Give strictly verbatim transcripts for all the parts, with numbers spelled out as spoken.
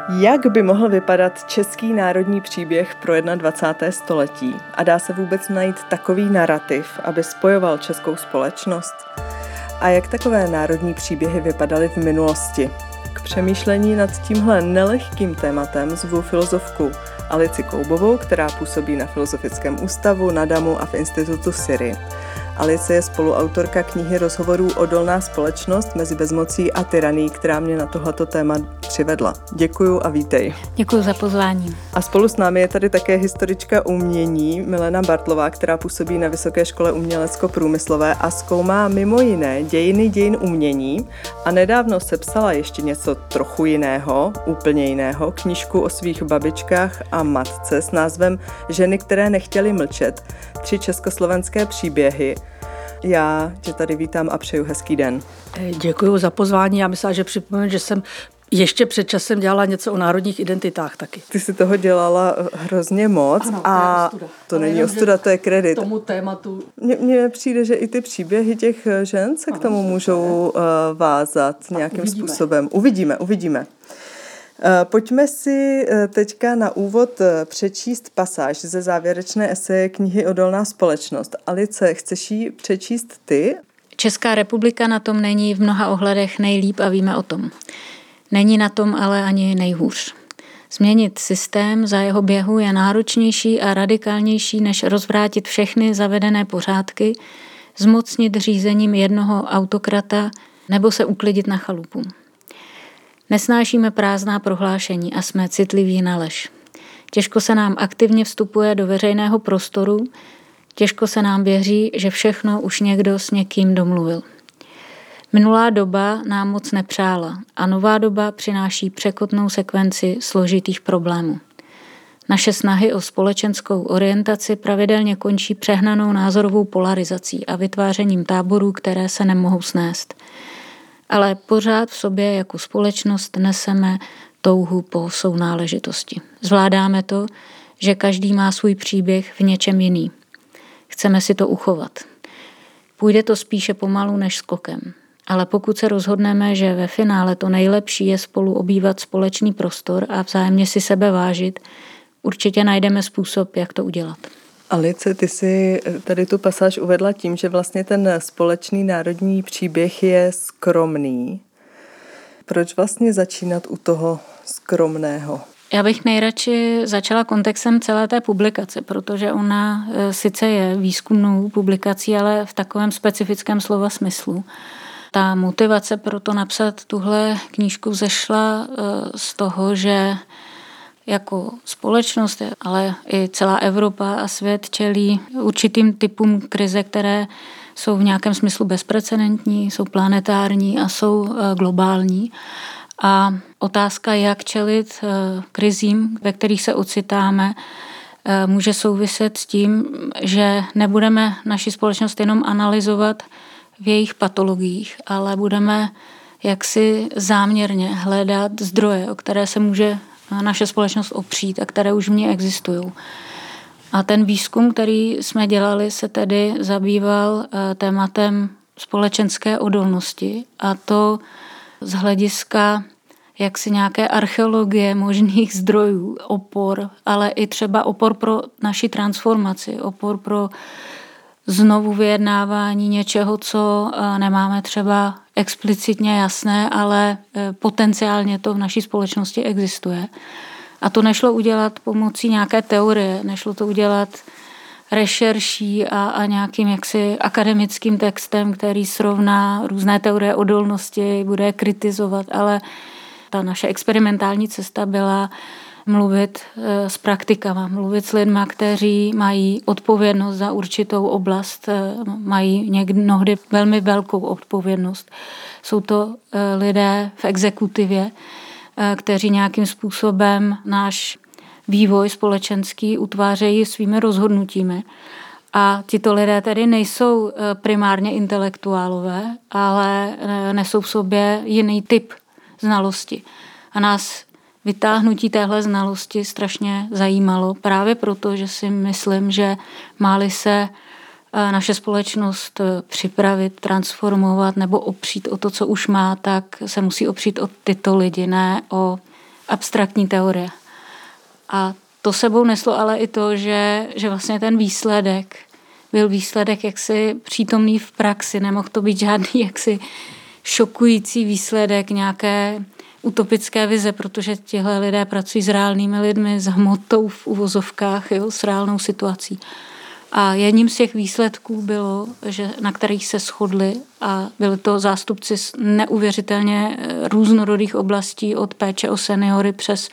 Jak by mohl vypadat český národní příběh pro dvacátého prvního století? A dá se vůbec najít takový narrativ, aby spojoval českou společnost? A jak takové národní příběhy vypadaly v minulosti? K přemýšlení nad tímhle nelehkým tématem zvu filozofku Alici Koubovou, která působí na Filozofickém ústavu, na DAMu a v Institutu Siri. Alice je spoluautorka knihy rozhovorů Odolná společnost mezi bezmocí a tyranií, která mě na tohleto téma přivedla. Děkuju a vítej. Děkuju za pozvání. A spolu s námi je tady také historička umění Milena Bartlová, která působí na Vysoké škole umělecko-průmyslové a zkoumá mimo jiné dějiny dějin umění a nedávno sepsala ještě něco trochu jiného, úplně jiného, knížku o svých babičkách a matce s názvem Ženy, které nechtěly mlčet, tři československé příběhy. Já tě tady vítám a přeju hezký den. Děkuji za pozvání. Já myslela, že připomenu, že jsem ještě před časem dělala něco o národních identitách taky. Ty si toho dělala hrozně moc. Ano, a to, to není ostuda, to je kredit. Tomu tématu. Mně přijde, že i ty příběhy těch žen se ano, k tomu můžou uh, vázat nějakým uvidíme. způsobem. Uvidíme, uvidíme. Pojďme si teďka na úvod přečíst pasáž ze závěrečné eseje knihy Odolná společnost. Alice, chceš ji přečíst ty? Česká republika na tom není v mnoha ohledech nejlíp a víme o tom. Není na tom ale ani nejhůř. Změnit systém za jeho běhu je náročnější a radikálnější, než rozvrátit všechny zavedené pořádky, zmocnit řízením jednoho autokrata nebo se uklidit na chalupu. Nesnášíme prázdná prohlášení a jsme citliví na lež. Těžko se nám aktivně vstupuje do veřejného prostoru, těžko se nám věří, že všechno už někdo s někým domluvil. Minulá doba nám moc nepřála a nová doba přináší překotnou sekvenci složitých problémů. Naše snahy o společenskou orientaci pravidelně končí přehnanou názorovou polarizací a vytvářením táborů, které se nemohou snést. Ale pořád v sobě jako společnost neseme touhu po sounáležitosti. Zvládáme to, že každý má svůj příběh v něčem jiný. Chceme si to uchovat. Půjde to spíše pomalu než skokem. Ale pokud se rozhodneme, že ve finále to nejlepší je spolu obývat společný prostor a vzájemně si sebe vážit, určitě najdeme způsob, jak to udělat. Alice, ty jsi tady tu pasáž uvedla tím, že vlastně ten společný národní příběh je skromný. Proč vlastně začínat u toho skromného? Já bych nejradši začala kontextem celé té publikace, protože ona sice je výzkumnou publikací, ale v takovém specifickém slova smyslu. Ta motivace pro to napsat tuhle knížku vzešla z toho, že jako společnost, ale i celá Evropa a svět čelí určitým typům krize, které jsou v nějakém smyslu bezprecedentní, jsou planetární a jsou globální. A otázka, jak čelit krizím, ve kterých se ocitáme, může souviset s tím, že nebudeme naši společnost jenom analyzovat v jejich patologiích, ale budeme jaksi záměrně hledat zdroje, o které se může naše společnost opřít a které už v ní existují. A ten výzkum, který jsme dělali, se tedy zabýval tématem společenské odolnosti a to z hlediska jaksi nějaké archeologie možných zdrojů, opor, ale i třeba opor pro naši transformaci, opor pro znovu vyjednávání něčeho, co nemáme třeba explicitně jasné, ale potenciálně to v naší společnosti existuje. A to nešlo udělat pomocí nějaké teorie, nešlo to udělat rešerší a, a nějakým jaksi akademickým textem, který srovná různé teorie odolnosti, bude kritizovat, ale ta naše experimentální cesta byla mluvit s praktikama, mluvit s lidma, kteří mají odpovědnost za určitou oblast, mají někdy velmi velkou odpovědnost. Jsou to lidé v exekutivě, kteří nějakým způsobem náš vývoj společenský utvářejí svými rozhodnutími. A tito lidé tedy nejsou primárně intelektuálové, ale nesou v sobě jiný typ znalosti. A nás vytáhnutí téhle znalosti strašně zajímalo právě proto, že si myslím, že má-li se naše společnost připravit, transformovat nebo opřít o to, co už má, tak se musí opřít o tyto lidi, ne o abstraktní teorie. A to sebou neslo ale i to, že, že vlastně ten výsledek byl výsledek jaksi přítomný v praxi. Nemohl to být žádný jaksi šokující výsledek nějaké utopické vize, protože tihle lidé pracují s reálnými lidmi, s hmotou v uvozovkách, jo, s reálnou situací. A jedním z těch výsledků bylo, že, na kterých se shodli, a byli to zástupci z neuvěřitelně různorodých oblastí, od péče o seniory přes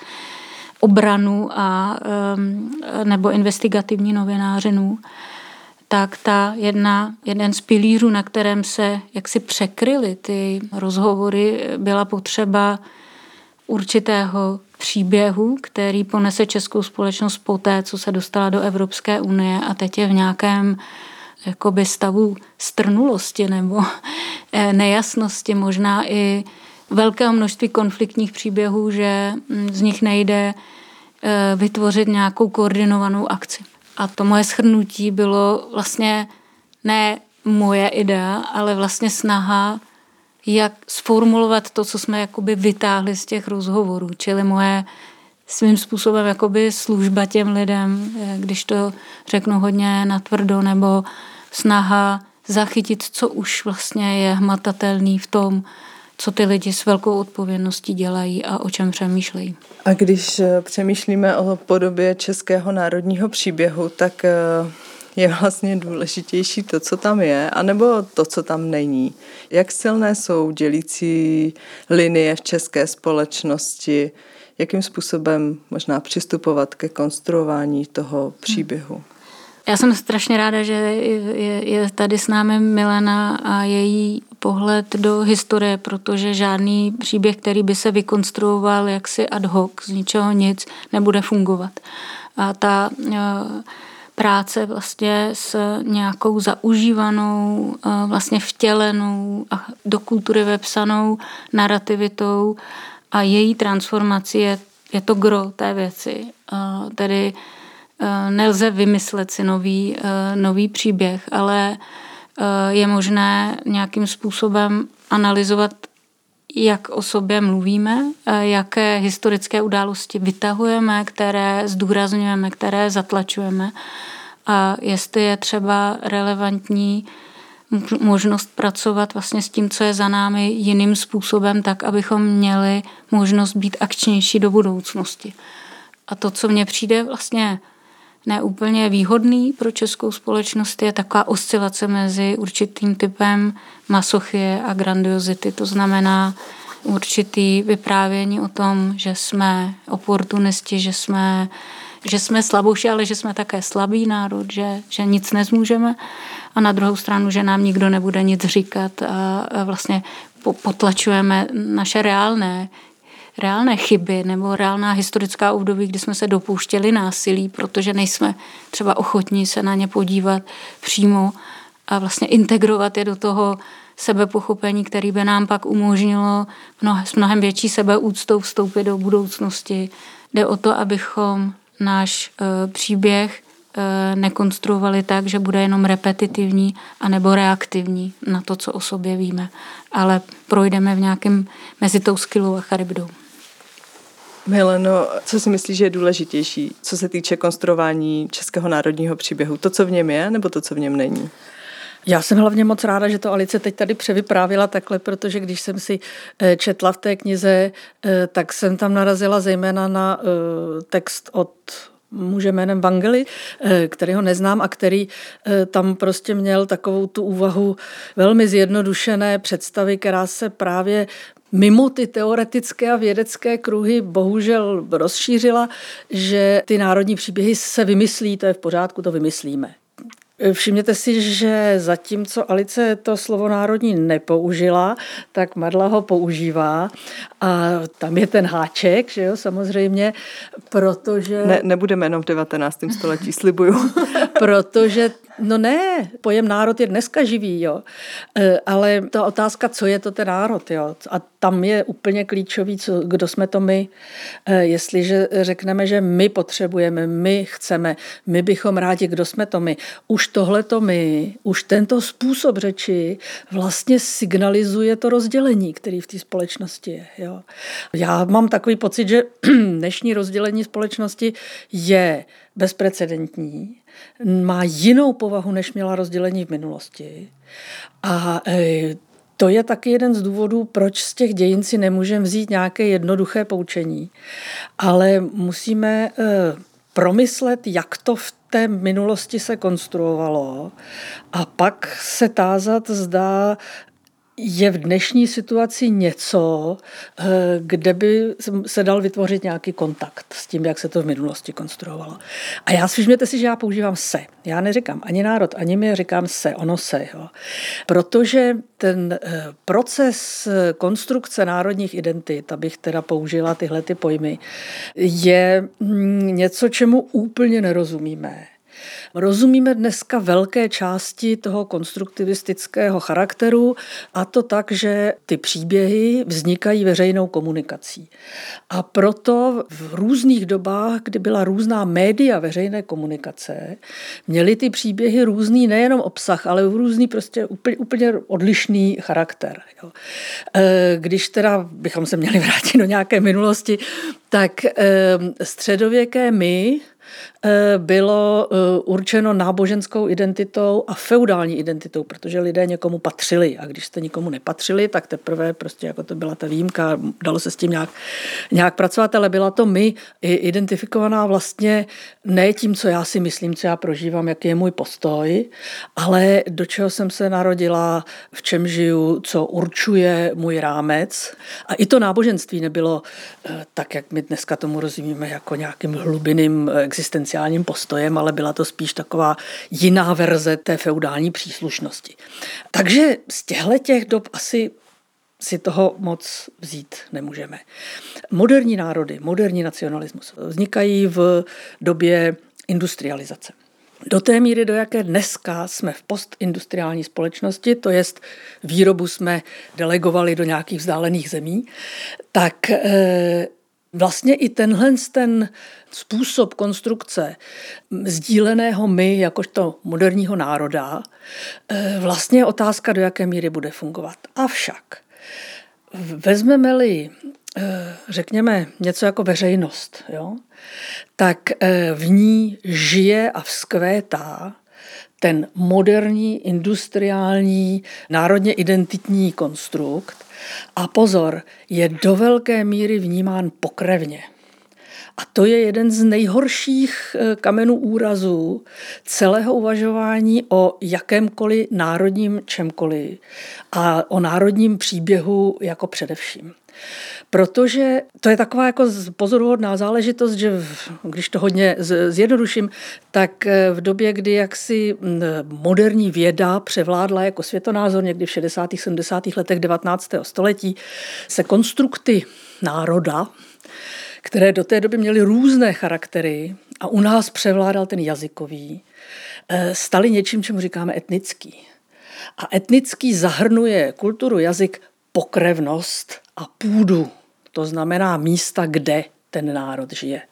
obranu a, nebo investigativní novinářinu, tak ta jedna, jeden z pilířů, na kterém se jaksi překryly ty rozhovory, byla potřeba určitého příběhu, který ponese českou společnost poté, co se dostala do Evropské unie a teď je v nějakém jakoby stavu strnulosti nebo nejasnosti, možná i velkého množství konfliktních příběhů, že z nich nejde vytvořit nějakou koordinovanou akci. A to moje shrnutí bylo vlastně ne moje idea, ale vlastně snaha, jak sformulovat to, co jsme jakoby vytáhli z těch rozhovorů, čili moje svým způsobem jakoby služba těm lidem, když to řeknu hodně natvrdo, nebo snaha zachytit, co už vlastně je hmatatelný v tom, co ty lidi s velkou odpovědností dělají a o čem přemýšlejí. A když přemýšlíme o podobě českého národního příběhu, tak je vlastně důležitější to, co tam je, anebo to, co tam není. Jak silné jsou dělící linie v české společnosti? Jakým způsobem možná přistupovat ke konstruování toho příběhu? Já jsem strašně ráda, že je, je tady s námi Milena a její pohled do historie, protože žádný příběh, který by se vykonstruoval jaksi ad hoc, z ničeho nic, nebude fungovat. A ta práce vlastně s nějakou zaužívanou, vlastně vtělenou a do kultury vepsanou narrativitou a její transformací je, je to gro té věci. Tedy nelze vymyslet si nový, nový příběh, ale je možné nějakým způsobem analyzovat, jak o sobě mluvíme, jaké historické události vytahujeme, které zdůrazňujeme, které zatlačujeme a jestli je třeba relevantní možnost pracovat vlastně s tím, co je za námi jiným způsobem, tak, abychom měli možnost být akčnější do budoucnosti. A to, co mně přijde vlastně neúplně výhodný pro českou společnost, je taková oscilace mezi určitým typem masochie a grandiozity. To znamená určitý vyprávění o tom, že jsme oportunisti, že jsme, že jsme slabouši, ale že jsme také slabý národ, že, že nic nezmůžeme. A na druhou stranu, že nám nikdo nebude nic říkat a, a vlastně potlačujeme naše reálné reálné chyby nebo reálná historická období, kdy jsme se dopouštěli násilí, protože nejsme třeba ochotní se na ně podívat přímo a vlastně integrovat je do toho sebepochopení, který by nám pak umožnilo mnohem, s mnohem větší sebeúctou vstoupit do budoucnosti. Jde o to, abychom náš e, příběh e, nekonstruovali tak, že bude jenom repetitivní anebo reaktivní na to, co o sobě víme, ale projdeme v nějakém mezi tou Skylou a Charybdou. Mileno, co si myslíš, že je důležitější, co se týče konstruování českého národního příběhu? To, co v něm je, nebo to, co v něm není? Já jsem hlavně moc ráda, že to Alice teď tady převyprávila takhle, protože když jsem si četla v té knize, tak jsem tam narazila zejména na text od muže jménem Vangely, který ho neznám a který tam prostě měl takovou tu úvahu velmi zjednodušené představy, která se právě mimo ty teoretické a vědecké kruhy bohužel rozšířila, že ty národní příběhy se vymyslí, to je v pořádku, to vymyslíme. Všimněte si, že zatímco Alice to slovo národní nepoužila, tak Marla ho používá a tam je ten háček, že jo, samozřejmě, protože... Ne, nebudeme jenom v devatenáctém století, slibuju, protože no ne, pojem národ je dneska živý, jo. Ale ta otázka, co je to ten národ, jo. A tam je úplně klíčový, co, kdo jsme to my. Jestliže řekneme, že my potřebujeme, my chceme, my bychom rádi, kdo jsme to my. Už tohleto my, už tento způsob řeči vlastně signalizuje to rozdělení, který v té společnosti je. Jo. Já mám takový pocit, že dnešní rozdělení společnosti je bezprecedentní, má jinou povahu, než měla rozdělení v minulosti. A to je taky jeden z důvodů, proč z těch dějin si nemůžeme vzít nějaké jednoduché poučení. Ale musíme promyslet, jak to v té minulosti se konstruovalo a pak se tázat, zda je v dnešní situaci něco, kde by se dal vytvořit nějaký kontakt s tím, jak se to v minulosti konstruovalo. A já si všimněte si, že já používám se. Já neříkám ani národ, ani my říkám se, ono se. Jo. Protože ten proces konstrukce národních identit, abych teda použila tyhle ty pojmy, je něco, čemu úplně nerozumíme. Rozumíme dneska velké části toho konstruktivistického charakteru a to tak, že ty příběhy vznikají veřejnou komunikací. A proto v různých dobách, kdy byla různá média veřejné komunikace, měly ty příběhy různý nejenom obsah, ale různý prostě úplně, úplně odlišný charakter. Jo. Když teda bychom se měli vrátit do nějaké minulosti, tak středověké my bylo určeno náboženskou identitou a feudální identitou, protože lidé někomu patřili a když jste nikomu nepatřili, tak teprve prostě jako to byla ta výjimka, dalo se s tím nějak, nějak pracovat, ale byla to my identifikovaná vlastně ne tím, co já si myslím, co já prožívám, jaký je můj postoj, ale do čeho jsem se narodila, v čem žiju, co určuje můj rámec. A i to náboženství nebylo tak, jak my dneska tomu rozumíme, jako nějakým hlubinným existenciálním postojem, ale byla to spíš taková jiná verze té feudální příslušnosti. Takže z těchto těch dob asi si toho moc vzít nemůžeme. Moderní národy, moderní nacionalismus vznikají v době industrializace. Do té míry, do jaké dneska jsme v postindustriální společnosti, to jest výrobu jsme delegovali do nějakých vzdálených zemí, tak e, vlastně i tenhle ten způsob konstrukce sdíleného my, jakožto moderního národa, vlastně je otázka, do jaké míry bude fungovat. Avšak vezmeme-li, řekněme, něco jako veřejnost, jo, tak v ní žije a vzkvétá ten moderní, industriální, národně identitní konstrukt a pozor, je do velké míry vnímán pokrevně. A to je jeden z nejhorších kamenů úrazu celého uvažování o jakémkoliv národním čemkoliv a o národním příběhu jako především. Protože to je taková jako pozoruhodná záležitost, že v, když to hodně zjednoduším, tak v době, kdy jaksi moderní věda převládla jako světonázor někdy v šedesátých sedmdesátých letech devatenáctého století, se konstrukty národa, které do té doby měly různé charaktery a u nás převládal ten jazykový, staly něčím, čemu říkáme etnický. A etnický zahrnuje kulturu, jazyk, pokrevnost a půdu. To znamená místa, kde ten národ žije.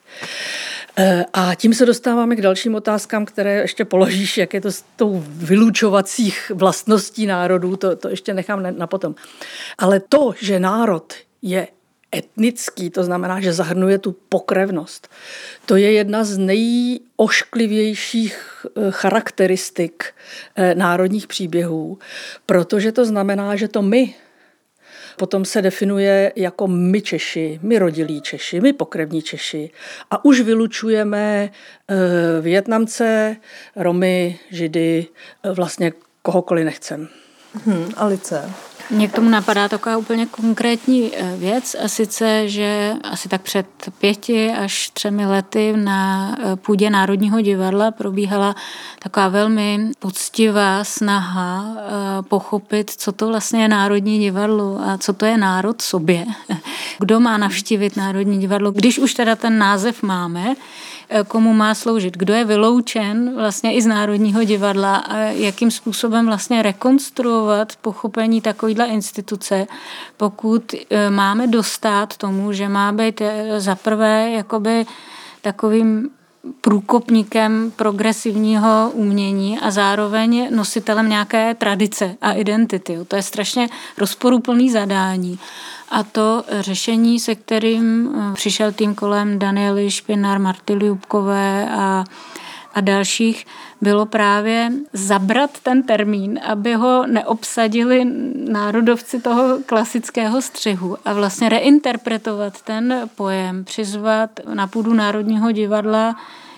A tím se dostáváme k dalším otázkám, které ještě položíš, jak je to s tou vylučovacích vlastností národů, to, to ještě nechám na potom. Ale to, že národ je etnický, to znamená, že zahrnuje tu pokrevnost. To je jedna z nejošklivějších charakteristik národních příběhů, protože to znamená, že to my potom se definuje jako my Češi, my rodilí Češi, my pokrevní Češi a už vylučujeme Vietnamce, Romy, Židy, vlastně kohokoliv nechcem. Hmm, Alice. Mně k tomu napadá taková úplně konkrétní věc a sice, že asi tak před pěti až třemi lety na půdě Národního divadla probíhala taková velmi poctivá snaha pochopit, co to vlastně je Národní divadlo a co to je národ sobě. kdo má navštívit Národní divadlo, když už teda ten název máme, komu má sloužit, kdo je vyloučen vlastně i z Národního divadla a jakým způsobem vlastně rekonstruovat pochopení takovýhle instituce, pokud máme dostát tomu, že má být zaprvé jakoby takovým průkopníkem progresivního umění a zároveň nositelem nějaké tradice a identity. To je strašně rozporuplný zadání. A to řešení, se kterým přišel tým kolem Daniely Špinár, Marty Ljubkové a, a dalších, bylo právě zabrat ten termín, aby ho neobsadili národovci toho klasického střihu a vlastně reinterpretovat ten pojem, přizvat na půdu Národního divadla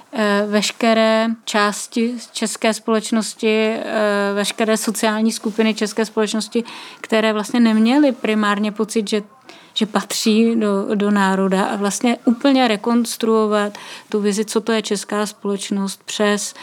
veškeré části české společnosti, veškeré sociální skupiny české společnosti, které vlastně neměly primárně pocit, že, že patří do, do národa a vlastně úplně rekonstruovat tu vizi, co to je česká společnost přes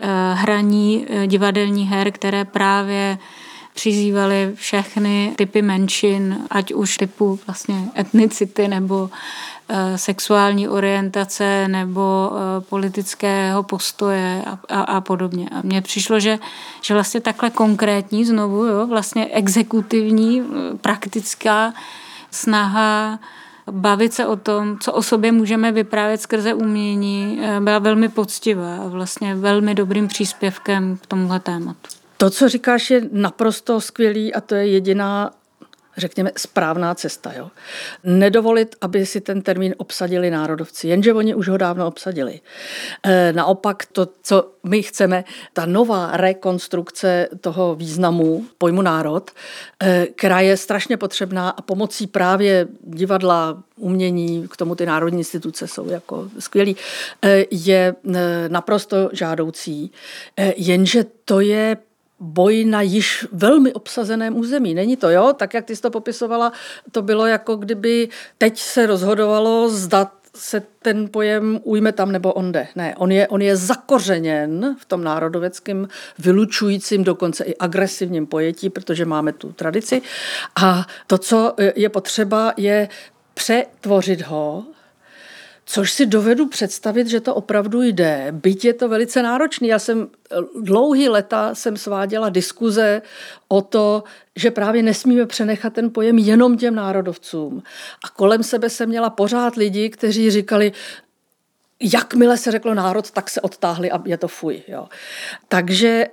hraní divadelních her, které právě přizývaly všechny typy menšin, ať už typu vlastně etnicity nebo sexuální orientace nebo politického postoje a, a, a podobně. A mně přišlo, že, že vlastně takhle konkrétní znovu, jo, vlastně exekutivní, praktická snaha bavit se o tom, co o sobě můžeme vyprávět skrze umění, byla velmi poctivá a vlastně velmi dobrým příspěvkem k tomuhle tématu. To, co říkáš, je naprosto skvělý a to je jediná, řekněme, správná cesta. Jo? Nedovolit, aby si ten termín obsadili národovci, jenže oni už ho dávno obsadili. E, naopak to, co my chceme, ta nová rekonstrukce toho významu pojmu národ, e, která je strašně potřebná a pomocí právě divadla, umění, k tomu ty národní instituce jsou jako skvělý, e, je naprosto žádoucí. E, jenže to je boj na již velmi obsazeném území. Není to, jo? Tak, jak ty jsi to popisovala, to bylo jako kdyby teď se rozhodovalo, zda se ten pojem ujme tam nebo onde. Ne, on je, on je zakořeněn v tom národoveckém vylučujícím, dokonce i agresivním pojetí, protože máme tu tradici. A to, co je potřeba, je přetvořit ho, což si dovedu představit, že to opravdu jde. Byť je to velice náročný. Já jsem dlouhý leta jsem sváděla diskuze o to, že právě nesmíme přenechat ten pojem jenom těm národovcům. A kolem sebe jsem měla pořád lidi, kteří říkali, jakmile se řeklo národ, tak se odtáhli a je to fuj. Jo. Takže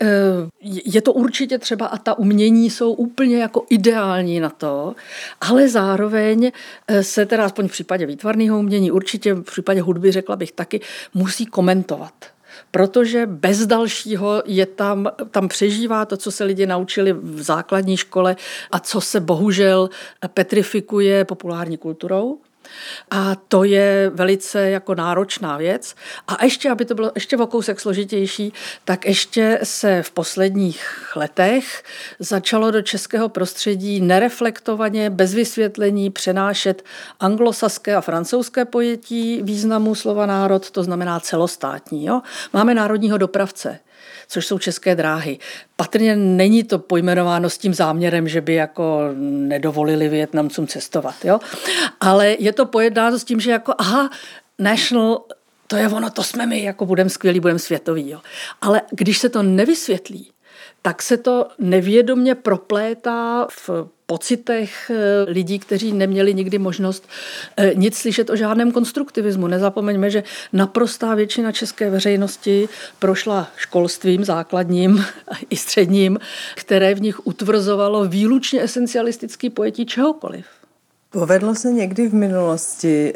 je to určitě třeba a ta umění jsou úplně jako ideální na to, ale zároveň se teda aspoň v případě výtvarného umění, určitě v případě hudby, řekla bych taky, musí komentovat. Protože bez dalšího je tam, tam přežívá to, co se lidi naučili v základní škole a co se bohužel petrifikuje populární kulturou. A to je velice jako náročná věc. A ještě, aby to bylo ještě o kousek složitější, tak ještě se v posledních letech začalo do českého prostředí nereflektovaně, bez vysvětlení přenášet anglosaské a francouzské pojetí významu slova národ, to znamená celostátní. Jo? Máme národního dopravce, což jsou České dráhy. Patrně není to pojmenováno s tím záměrem, že by jako nedovolili Vietnamcům cestovat. Jo? Ale je to pojednáno s tím, že jako aha, national, to je ono, to jsme my, jako budeme skvělí, budeme světoví. Jo? Ale když se to nevysvětlí, tak se to nevědomě proplétá v pocitech lidí, kteří neměli nikdy možnost nic slyšet o žádném konstruktivismu. Nezapomeňme, že naprostá většina české veřejnosti prošla školstvím základním i středním, které v nich utvrzovalo výlučně esencialistický pojetí čehokoliv. Povedlo se někdy v minulosti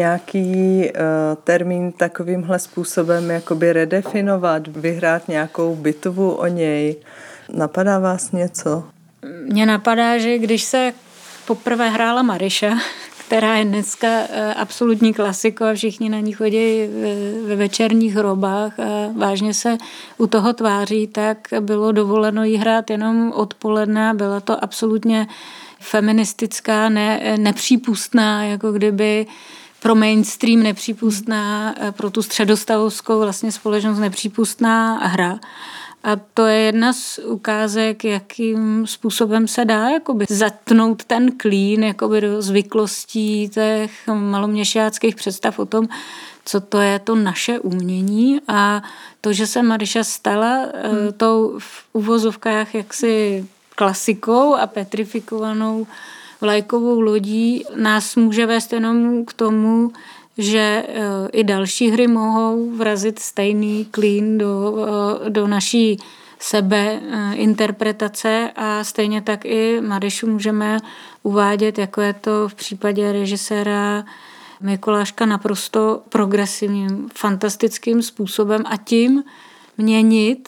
nějaký uh, termín takovýmhle způsobem jakoby redefinovat, vyhrát nějakou bitvu o něj? Napadá vás něco? Mně napadá, že když se poprvé hrála Maryša, která je dneska absolutní klasiko a všichni na ní chodí ve večerních robách a vážně se u toho tváří, tak bylo dovoleno jí hrát jenom odpoledne. Byla to absolutně feministická, ne, nepřípustná, jako kdyby pro mainstream nepřípustná, pro tu středostavovskou vlastně společnost nepřípustná hra. A to je jedna z ukázek, jakým způsobem se dá jakoby zatnout ten klín jakoby do zvyklostí těch maloměšťáckých představ o tom, co to je to naše umění, a to, že se Maryša stala hmm. tou v uvozovkách jaksi klasikou a petrifikovanou vlajkovou lodí, nás může vést jenom k tomu, že i další hry mohou vrazit stejný klín do, do naší sebeinterpretace, a stejně tak i Maryšu můžeme uvádět, jako je to v případě režiséra Mikuláška, naprosto progresivním, fantastickým způsobem, a tím měnit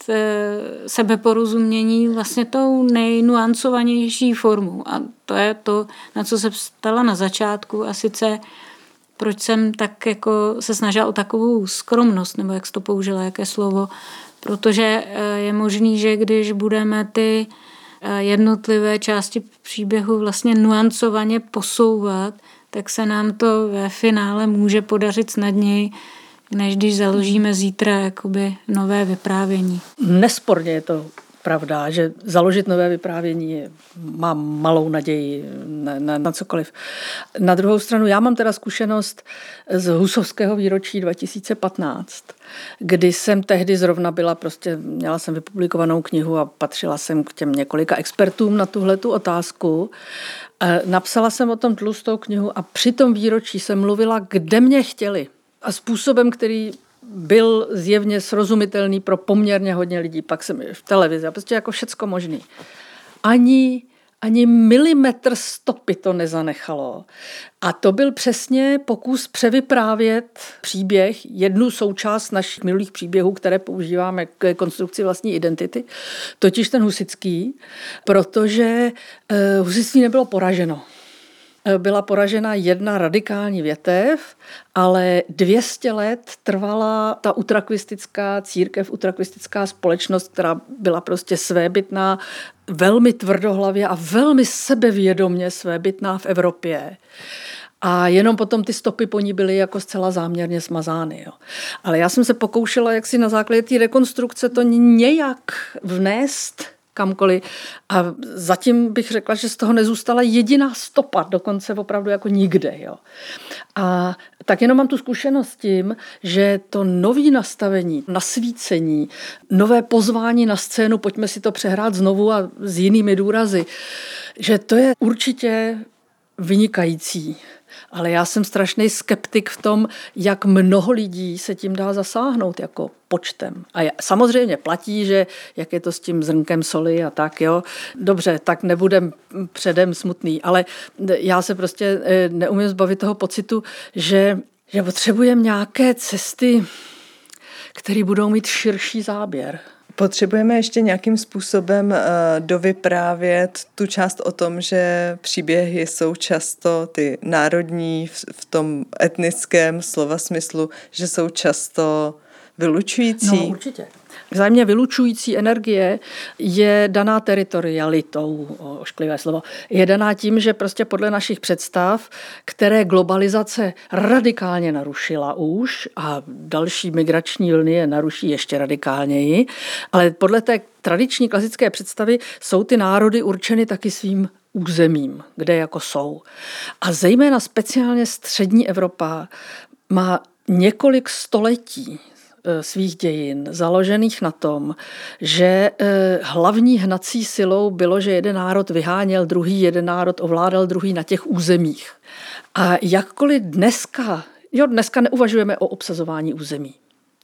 sebeporozumění vlastně tou nejnuancovanější formou. A to je to, na co se ptala na začátku, a sice proč jsem tak jako se snažila o takovou skromnost, nebo jak jsi to použila, jaké slovo, protože je možný, že když budeme ty jednotlivé části příběhu vlastně nuancovaně posouvat, tak se nám to ve finále může podařit snadněji, než když založíme zítra jakoby nové vyprávění. Nesporně je to pravda, že založit nové vyprávění mám malou naději na, na, na cokoliv. Na druhou stranu, já mám teda zkušenost z Husovského výročí dva tisíce patnáct, kdy jsem tehdy zrovna byla, prostě měla jsem vypublikovanou knihu a patřila jsem k těm několika expertům na tuhletu otázku. Napsala jsem o tom tlustou knihu a při tom výročí jsem mluvila, kde mě chtěli. A způsobem, který byl zjevně srozumitelný pro poměrně hodně lidí. Pak jsem v televizi, prostě jako všecko možný. Ani, ani milimetr stopy to nezanechalo. A to byl přesně pokus převyprávět příběh, jednu součást našich minulých příběhů, které používáme k konstrukci vlastní identity, totiž ten husický, protože uh, husitství nebylo poraženo. Byla poražena jedna radikální větev, ale dvě stě let trvala ta utrakvistická církev, utrakvistická společnost, která byla prostě svébytná, velmi tvrdohlavě a velmi sebevědomně svébytná v Evropě. A jenom potom ty stopy po ní byly jako zcela záměrně smazány. Jo. Ale já jsem se pokoušela, jak si na základě té rekonstrukce to nějak vnést kamkoliv. A zatím bych řekla, že z toho nezůstala jediná stopa, dokonce opravdu jako nikde. Jo. A tak jenom mám tu zkušenost s tím, že to nový nastavení, nasvícení, nové pozvání na scénu, pojďme si to přehrát znovu a s jinými důrazy, že to je určitě vynikající. Ale já jsem strašný skeptik v tom, jak mnoho lidí se tím dá zasáhnout jako počtem. A samozřejmě platí, že jak je to s tím zrnkem soli a tak, jo. Dobře, tak nebudem předem smutný, ale já se prostě neumím zbavit toho pocitu, že, že potřebujeme nějaké cesty, které budou mít širší záběr. Potřebujeme ještě nějakým způsobem uh, dovyprávět tu část o tom, že příběhy jsou často ty národní v, v tom etnickém slova smyslu, že jsou často vylučující. No určitě. Vzájemně vylučující energie je daná teritorialitou, ošklivé slovo, je daná tím, že prostě podle našich představ, které globalizace radikálně narušila už a další migrační vlny je naruší ještě radikálněji, ale podle té tradiční klasické představy jsou ty národy určeny taky svým územím, kde jako jsou. A zejména speciálně střední Evropa má několik století svých dějin, založených na tom, že hlavní hnací silou bylo, že jeden národ vyháněl druhý, jeden národ ovládal druhý na těch územích. A jakkoliv dneska, jo, dneska neuvažujeme o obsazování území,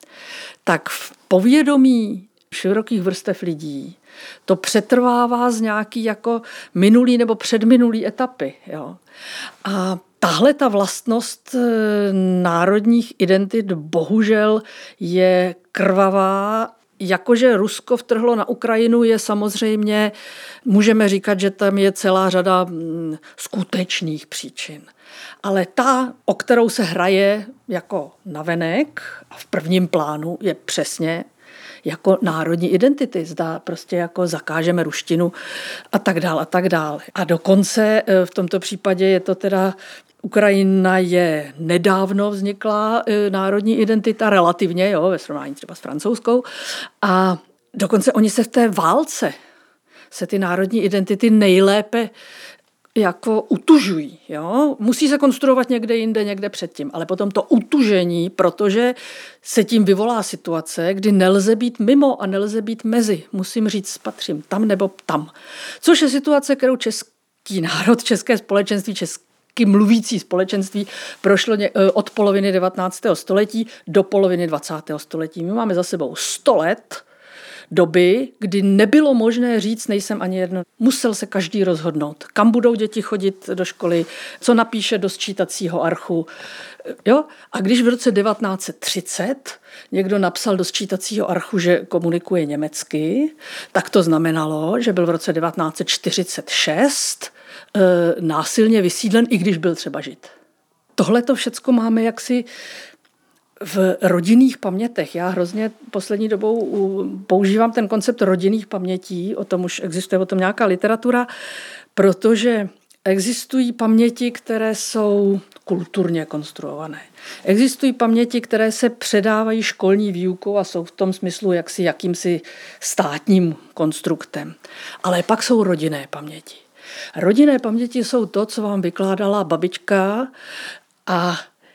tak v povědomí širokých vrstev lidí to přetrvává z nějaký jako minulý nebo předminulý etapy. Jo. A tahle ta vlastnost národních identit bohužel je krvavá. Jakože Rusko vtrhlo na Ukrajinu, je samozřejmě, můžeme říkat, že tam je celá řada skutečných příčin. Ale ta, o kterou se hraje jako navenek a v prvním plánu, je přesně jako národní identity. Zda prostě jako zakážeme ruštinu a tak dál a tak dál. A dokonce v tomto případě je to teda Ukrajina je nedávno vznikla národní identita, relativně, jo, ve srovnání třeba s francouzskou. A dokonce oni se v té válce, se ty národní identity nejlépe jako utužují. Jo? Musí se konstruovat někde jinde, někde předtím, ale potom to utužení, protože se tím vyvolá situace, kdy nelze být mimo a nelze být mezi. Musím říct, patřím tam nebo tam. Což je situace, kterou český národ, české společenství, český mluvící společenství prošlo od poloviny devatenáctého století do poloviny dvacátého století. My máme za sebou sto let doby, kdy nebylo možné říct, nejsem ani jedno. Musel se každý rozhodnout, kam budou děti chodit do školy, co napíše do sčítacího archu. Jo? A když v roce devatenáct set třicet někdo napsal do sčítacího archu, že komunikuje německy, tak to znamenalo, že byl v roce devatenáct set čtyřicet šest e, násilně vysídlen, i když byl třeba Žid. Tohle to všecko máme jaksi v rodinných pamětech. Já hrozně poslední dobou používám ten koncept rodinných pamětí, o tom už existuje o tom nějaká literatura, protože existují paměti, které jsou kulturně konstruované. Existují paměti, které se předávají školní výukou a jsou v tom smyslu jaksi jakýmsi státním konstruktem. Ale pak jsou rodinné paměti. Rodinné paměti jsou to, co vám vykládala babička, a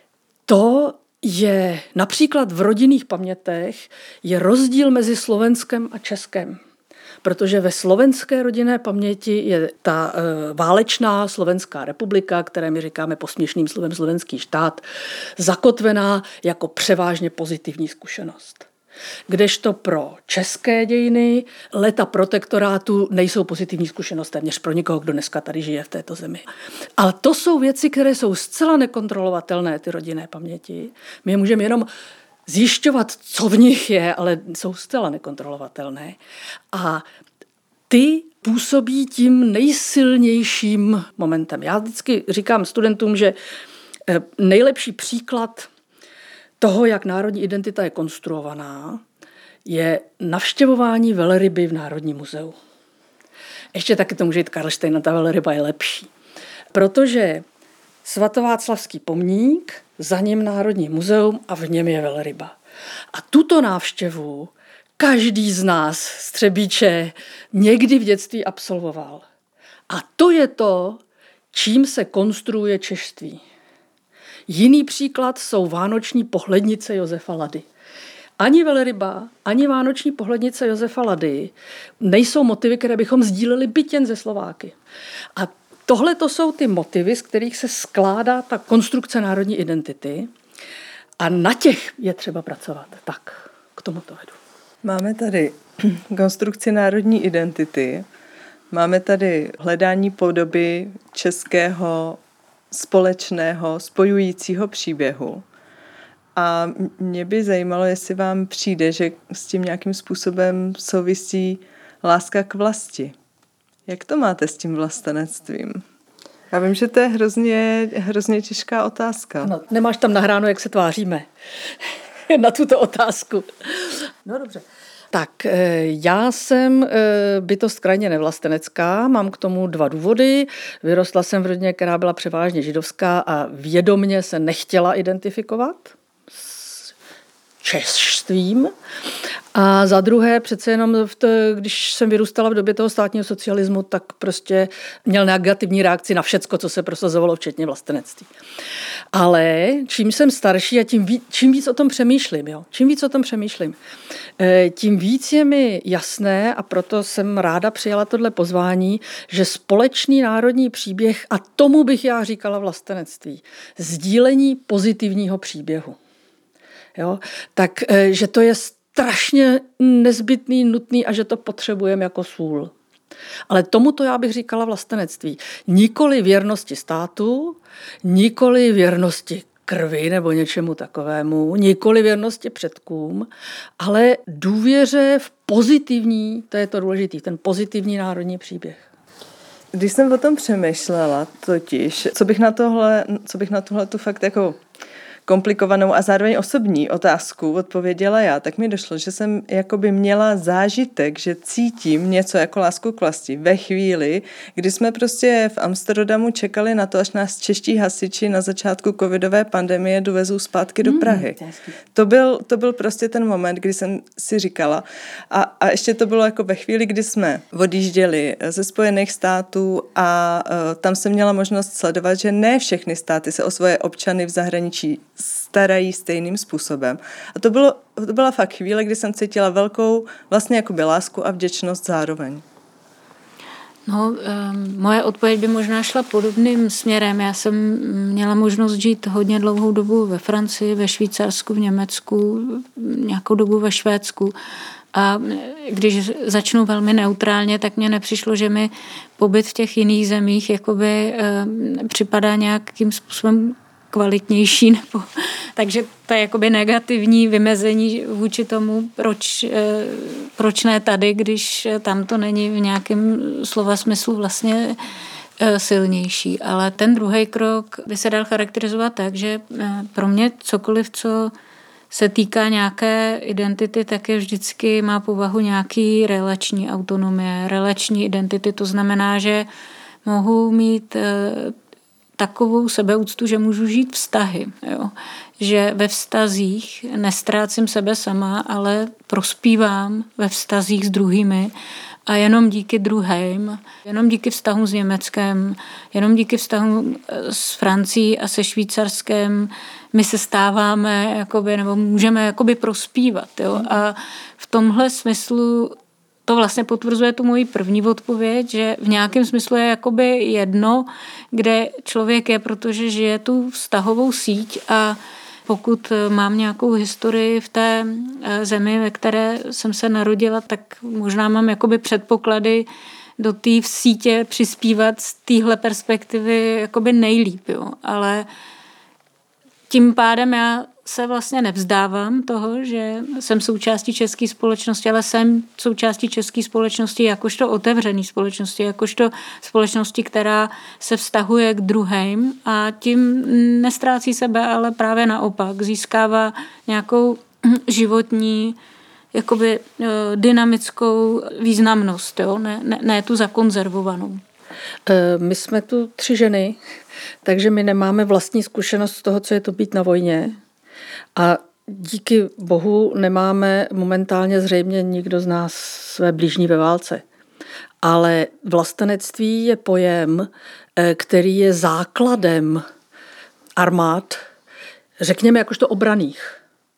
to je například v rodinných pamětech je rozdíl mezi Slovenskem a Českem. Protože ve slovenské rodinné paměti je ta e, válečná Slovenská republika, které my říkáme posměšným slovem slovenský štát, zakotvená jako převážně pozitivní zkušenost. Kdežto pro české dějiny léta protektorátu nejsou pozitivní zkušenost téměř pro nikoho, kdo dneska tady žije v této zemi. Ale to jsou věci, které jsou zcela nekontrolovatelné, ty rodinné paměti. My je můžeme jenom zjišťovat, co v nich je, ale jsou zcela nekontrolovatelné. A ty působí tím nejsilnějším momentem. Já vždycky říkám studentům, že nejlepší příklad toho, jak národní identita je konstruovaná, je navštěvování velryby v Národním muzeu. Ještě taky to může jít Karlštejna, ta velryba je lepší. Protože svatováclavský pomník, za ním Národní muzeum a v něm je velryba. A tuto návštěvu každý z nás z Třebíče někdy v dětství absolvoval. A to je to, čím se konstruuje češství. Jiný příklad jsou vánoční pohlednice Josefa Lady. Ani velryba, ani vánoční pohlednice Josefa Lady nejsou motivy, které bychom sdíleli byť jen ze Slováky. A tohle to jsou ty motivy, z kterých se skládá ta konstrukce národní identity a na těch je třeba pracovat. Tak, k tomu to vedu. Máme tady konstrukci národní identity, máme tady hledání podoby českého společného spojujícího příběhu. A mě by zajímalo, jestli vám přijde, že s tím nějakým způsobem souvisí láska k vlasti. Jak to máte s tím vlastenectvím? Já vím, že to je hrozně, hrozně těžká otázka. No, nemáš tam nahráno, jak se tváříme na tuto otázku. No dobře. Tak já jsem bytost krajně nevlastenecká, mám k tomu dva důvody. Vyrostla jsem v rodině, která byla převážně židovská a vědomě se nechtěla identifikovat s češstvím. A za druhé, přece jenom, v to, když jsem vyrůstala v době toho státního socialismu, tak prostě měl negativní reakci na všecko, co se prosazovalo, včetně vlastenectví. Ale čím jsem starší a tím víc, čím víc o tom přemýšlím, jo? čím víc o tom přemýšlím, tím víc je mi jasné, a proto jsem ráda přijala tohle pozvání, že společný národní příběh, a tomu bych já říkala vlastenectví, sdílení pozitivního příběhu. Jo? Tak, že to je strašně nezbytný, nutný a že to potřebujeme jako sůl. Ale tomuto já bych říkala vlastenectví. Nikoli věrnosti státu, nikoli věrnosti krvi nebo něčemu takovému, nikoli věrnosti předkům, ale důvěře v pozitivní, to je to důležitý, ten pozitivní národní příběh. Když jsem o tom přemýšlela totiž, co bych na tohle, co bych na tohle tu fakt jako komplikovanou a zároveň osobní otázku odpověděla já, tak mi došlo, že jsem jakoby měla zážitek, že cítím něco jako lásku k vlasti ve chvíli, kdy jsme prostě v Amsterdamu čekali na to, až nás čeští hasiči na začátku covidové pandemie dovezou zpátky do Prahy. Hmm, to, byl, to byl prostě ten moment, kdy jsem si říkala a, a ještě to bylo jako ve chvíli, kdy jsme odjížděli ze Spojených států a uh, tam jsem měla možnost sledovat, že ne všechny státy se o svoje občany v zahraničí starají stejným způsobem. A to, bylo, to byla fakt chvíle, kdy jsem cítila velkou vlastně jakoby lásku a vděčnost zároveň. No, um, moje odpověď by možná šla podobným směrem. Já jsem měla možnost žít hodně dlouhou dobu ve Francii, ve Švýcarsku, v Německu, nějakou dobu ve Švédsku. A když začnu velmi neutrálně, tak mně nepřišlo, že mi pobyt v těch jiných zemích jakoby um, připadá nějakým způsobem kvalitnější, nebo takže to je jakoby negativní vymezení vůči tomu, proč, proč ne tady, když tam to není v nějakém slova smyslu vlastně silnější. Ale ten druhý krok by se dal charakterizovat tak, že pro mě cokoliv, co se týká nějaké identity, tak je vždycky má povahu nějaký relační autonomie, relační identity. To znamená, že mohu mít takovou sebeúctu, že můžu žít vztahy. Jo. Že ve vztazích nestrácím sebe sama, ale prospívám ve vztazích s druhými a jenom díky druhým, jenom díky vztahům s Německem, jenom díky vztahům s Francií a se Švýcarskem my se stáváme, jakoby, nebo můžeme jakoby prospívat. Jo. A v tomhle smyslu to vlastně potvrzuje tu moji první odpověď, že v nějakém smyslu je jakoby jedno, kde člověk je, protože žije tu vztahovou síť a pokud mám nějakou historii v té zemi, ve které jsem se narodila, tak možná mám jakoby předpoklady do té sítě přispívat z téhle perspektivy jakoby nejlíp. Jo. Ale tím pádem já se vlastně nevzdávám toho, že jsem součástí české společnosti, ale jsem součástí české společnosti jakožto otevřený společnosti, jakožto společnosti, která se vztahuje k druhým a tím nestrácí sebe, ale právě naopak získává nějakou životní jakoby dynamickou významnost, jo? Ne, ne, ne tu zakonzervovanou. My jsme tu tři ženy, takže my nemáme vlastní zkušenost z toho, co je to být na vojně. A díky bohu nemáme momentálně zřejmě nikdo z nás své blížní ve válce. Ale vlastenectví je pojem, který je základem armád, řekněme jakožto obranných.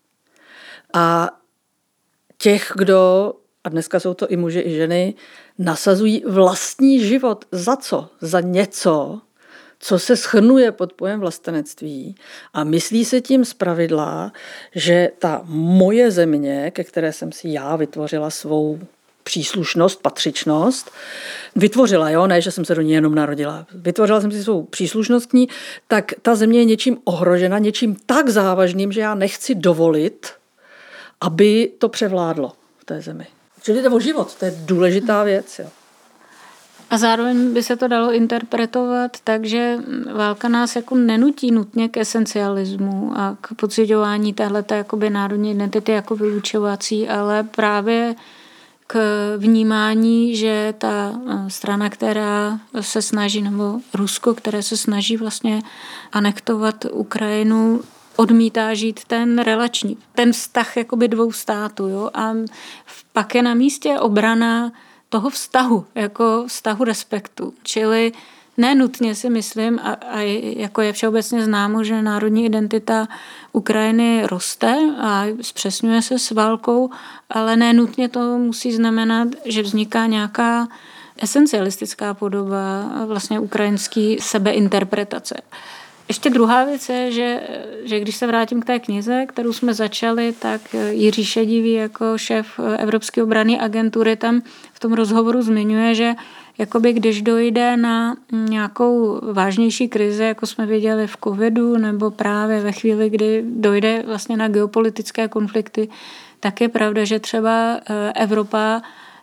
A těch, kdo, a dneska jsou to i muži, i ženy, nasazují vlastní život. Za co? Za něco, co se shrnuje pod pojem vlastenectví a myslí se tím zpravidla, že ta moje země, ke které jsem si já vytvořila svou příslušnost, patřičnost, vytvořila, jo, ne, že jsem se do ní jenom narodila, vytvořila jsem si svou příslušnost k ní, tak ta země je něčím ohrožena, něčím tak závažným, že já nechci dovolit, aby to převládlo v té zemi. Čili jde o život, to je důležitá věc, jo. A zároveň by se to dalo interpretovat tak, že válka nás jako nenutí nutně k esencialismu a k pociťování téhleté jakoby národní identity jako vylučovací, ale právě k vnímání, že ta strana, která se snaží, nebo Rusko, které se snaží vlastně anektovat Ukrajinu, odmítá žít ten relační, ten vztah jakoby dvou států. Jo? A pak je na místě obrana toho vztahu, jako vztahu respektu. Čili nenutně si myslím, a, a jako je všeobecně známo, že národní identita Ukrajiny roste a zpřesňuje se s válkou, ale nenutně to musí znamenat, že vzniká nějaká esencialistická podoba vlastně ukrajinský sebeinterpretace. Ještě druhá věc je, že, že když se vrátím k té knize, kterou jsme začali, tak Jiří Šedivý jako šéf Evropské obranné agentury tam v tom rozhovoru zmiňuje, že jakoby když dojde na nějakou vážnější krizi, jako jsme viděli v covidu, nebo právě ve chvíli, kdy dojde vlastně na geopolitické konflikty, tak je pravda, že třeba Evropa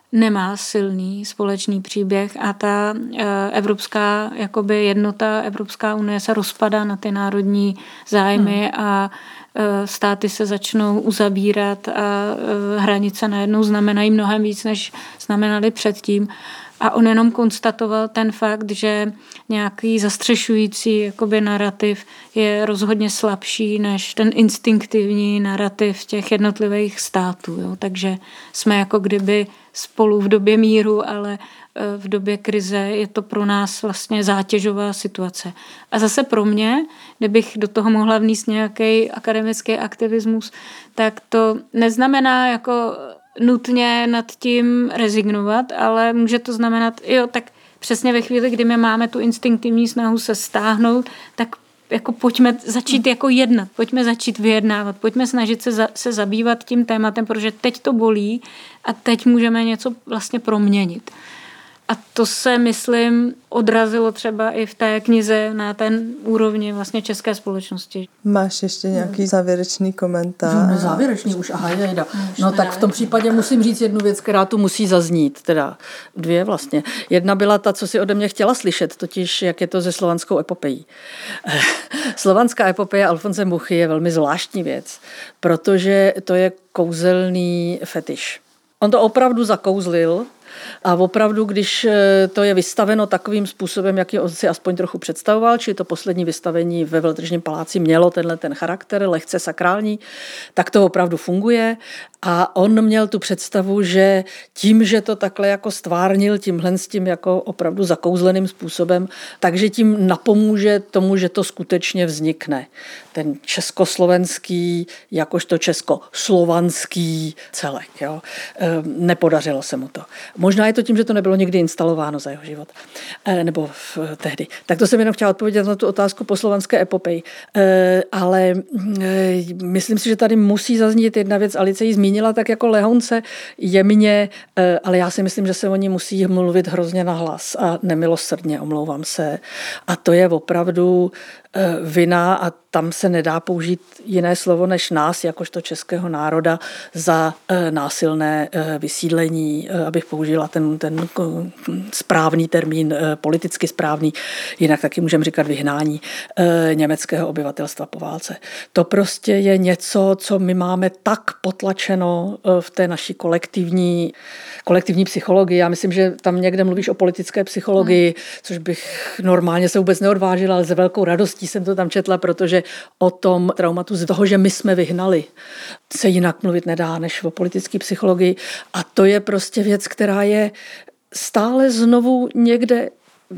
nemá silný společný příběh a ta evropská jakoby jednota, Evropská unie se rozpadá na ty národní zájmy hmm. a státy se začnou uzabírat a hranice najednou znamenají mnohem víc, než znamenaly předtím. A on jenom konstatoval ten fakt, že nějaký zastřešující jakoby narrativ je rozhodně slabší než ten instinktivní narrativ těch jednotlivých států. Jo. Takže jsme jako kdyby spolu v době míru, ale v době krize je to pro nás vlastně zátěžová situace. A zase pro mě, kdybych do toho mohla vníst nějaký akademický aktivismus, tak to neznamená jako nutně nad tím rezignovat, ale může to znamenat, jo, tak přesně ve chvíli, kdy my máme tu instinktivní snahu se stáhnout, tak jako pojďme začít jako jednat, pojďme začít vyjednávat, pojďme snažit se, za, se zabývat tím tématem, protože teď to bolí a teď můžeme něco vlastně proměnit. A to se, myslím, odrazilo třeba i v té knize na ten úrovni vlastně české společnosti. Máš ještě nějaký závěrečný komentář? No, závěrečný už, aha, jejda. No tak v tom případě musím říct jednu věc, která tu musí zaznít, teda dvě vlastně. Jedna byla ta, co si ode mě chtěla slyšet, totiž jak je to se slovanskou epopejí. Slovanská epopeje Alfonse Muchy je velmi zvláštní věc, protože to je kouzelný fetiš. On to opravdu zakouzlil, a opravdu, když to je vystaveno takovým způsobem, jaký on si aspoň trochu představoval, či to poslední vystavení ve Veletržním paláci mělo tenhle ten charakter, lehce sakrální, tak to opravdu funguje. A on měl tu představu, že tím, že to takhle jako stvárnil, tímhle s tím jako opravdu zakouzleným způsobem, takže tím napomůže tomu, že to skutečně vznikne. Ten československý, jakožto českoslovanský celek. Jo. Nepodařilo se mu to. Možná je to tím, že to nebylo nikdy instalováno za jeho život. E, nebo v, tehdy. Tak to jsem jenom chtěla odpovědět na tu otázku po slovanské epopeji. E, ale e, myslím si, že tady musí zaznít jedna věc. Alice ji zmínila tak jako lehonce, jemně, e, ale já si myslím, že se o ní musí mluvit hrozně nahlas a nemilosrdně, omlouvám se. A to je opravdu e, vina a tam se nedá použít jiné slovo než nás, jakožto českého národa, za e, násilné e, vysídlení, e, abych použila ten, ten správný termín, e, politicky správný, jinak taky můžeme říkat vyhnání e, německého obyvatelstva po válce. To prostě je něco, co my máme tak potlačeno e, v té naší kolektivní, kolektivní psychologii. Já myslím, že tam někde mluvíš o politické psychologii, hmm. což bych normálně se vůbec neodvážila, ale se velkou radostí jsem to tam četla, protože o tom traumatu z toho, že my jsme vyhnali, se jinak mluvit nedá než o politické psychologii. A to je prostě věc, která je stále znovu někde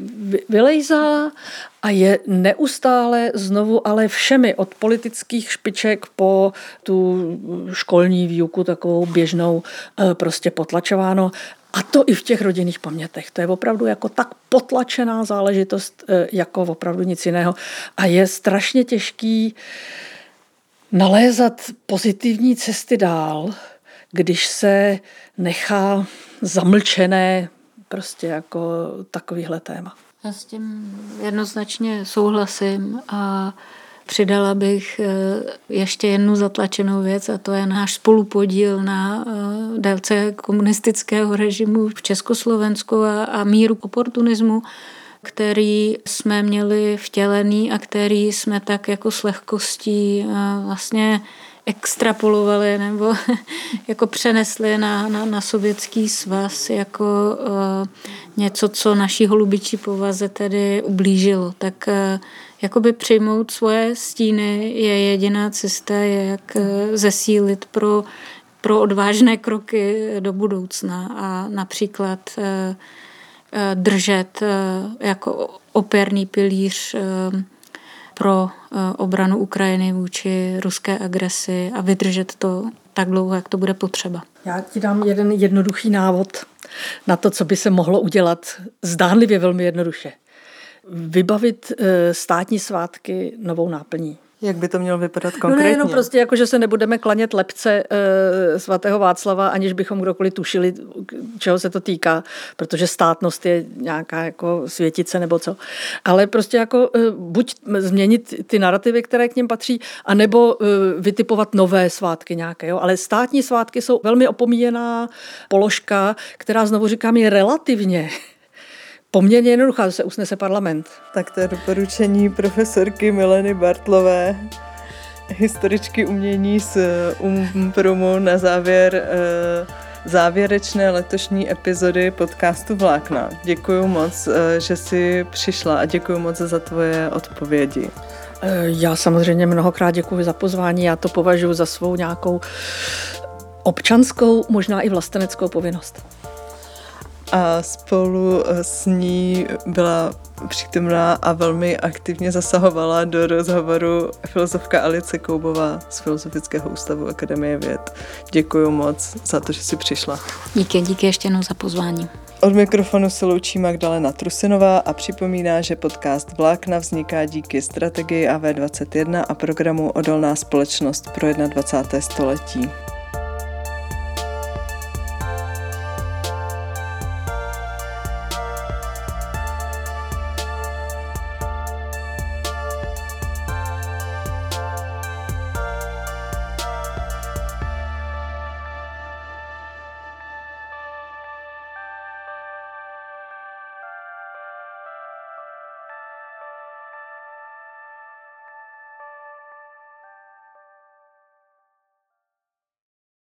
vylejzá a je neustále znovu, ale všemi od politických špiček po tu školní výuku takovou běžnou prostě potlačováno. A to i v těch rodinných pamětech. To je opravdu jako tak potlačená záležitost, jako opravdu nic jiného. A je strašně těžký nalézat pozitivní cesty dál, když se nechá zamlčené prostě jako takovýhle téma. Já s tím jednoznačně souhlasím a přidala bych ještě jednu zatlačenou věc a to je náš spolupodíl na délce komunistického režimu v Československu a, a míru oportunismu, který jsme měli vtělený a který jsme tak jako s lehkostí vlastně extrapolovali nebo jako přenesli na, na, na sovětský svaz jako uh, něco, co naší holubičí povaze tedy ublížilo. Tak uh, jakoby přijmout svoje stíny je jediná cesta, jak uh, zesílit pro, pro odvážné kroky do budoucna a například uh, uh, držet uh, jako opěrný pilíř uh, pro obranu Ukrajiny vůči ruské agresi a vydržet to tak dlouho, jak to bude potřeba. Já ti dám jeden jednoduchý návod na to, co by se mohlo udělat zdánlivě velmi jednoduše. Vybavit státní svátky novou náplní. Jak by to mělo vypadat konkrétně? No nejenom prostě jako, že se nebudeme klanět lebce e, svatého Václava, aniž bychom kdokoliv tušili, čeho se to týká, protože státnost je nějaká jako světice nebo co. Ale prostě jako e, buď změnit ty narrativy, které k něm patří, anebo e, vytipovat nové svátky nějaké. Jo? Ale státní svátky jsou velmi opomíjená položka, která, znovu říkám, je relativně poměrně jednoduchá, se usnese parlament. Tak to je doporučení profesorky Mileny Bartlové, historičky umění z UMPRUMu na závěr závěrečné letošní epizody podcastu Vlákna. Děkuju moc, že jsi přišla a děkuju moc za tvoje odpovědi. Já samozřejmě mnohokrát děkuji za pozvání, já to považuji za svou nějakou občanskou, možná i vlasteneckou povinnost. A spolu s ní byla přítomná a velmi aktivně zasahovala do rozhovoru filozofka Alice Koubová z Filozofického ústavu Akademie věd. Děkuju moc za to, že jsi přišla. Díky, díky ještě jednou za pozvání. Od mikrofonu se loučí Magdalena Trusinová a připomíná, že podcast Vlákna vzniká díky strategii A V dvacet jedna a programu Odolná společnost pro dvacáté první století.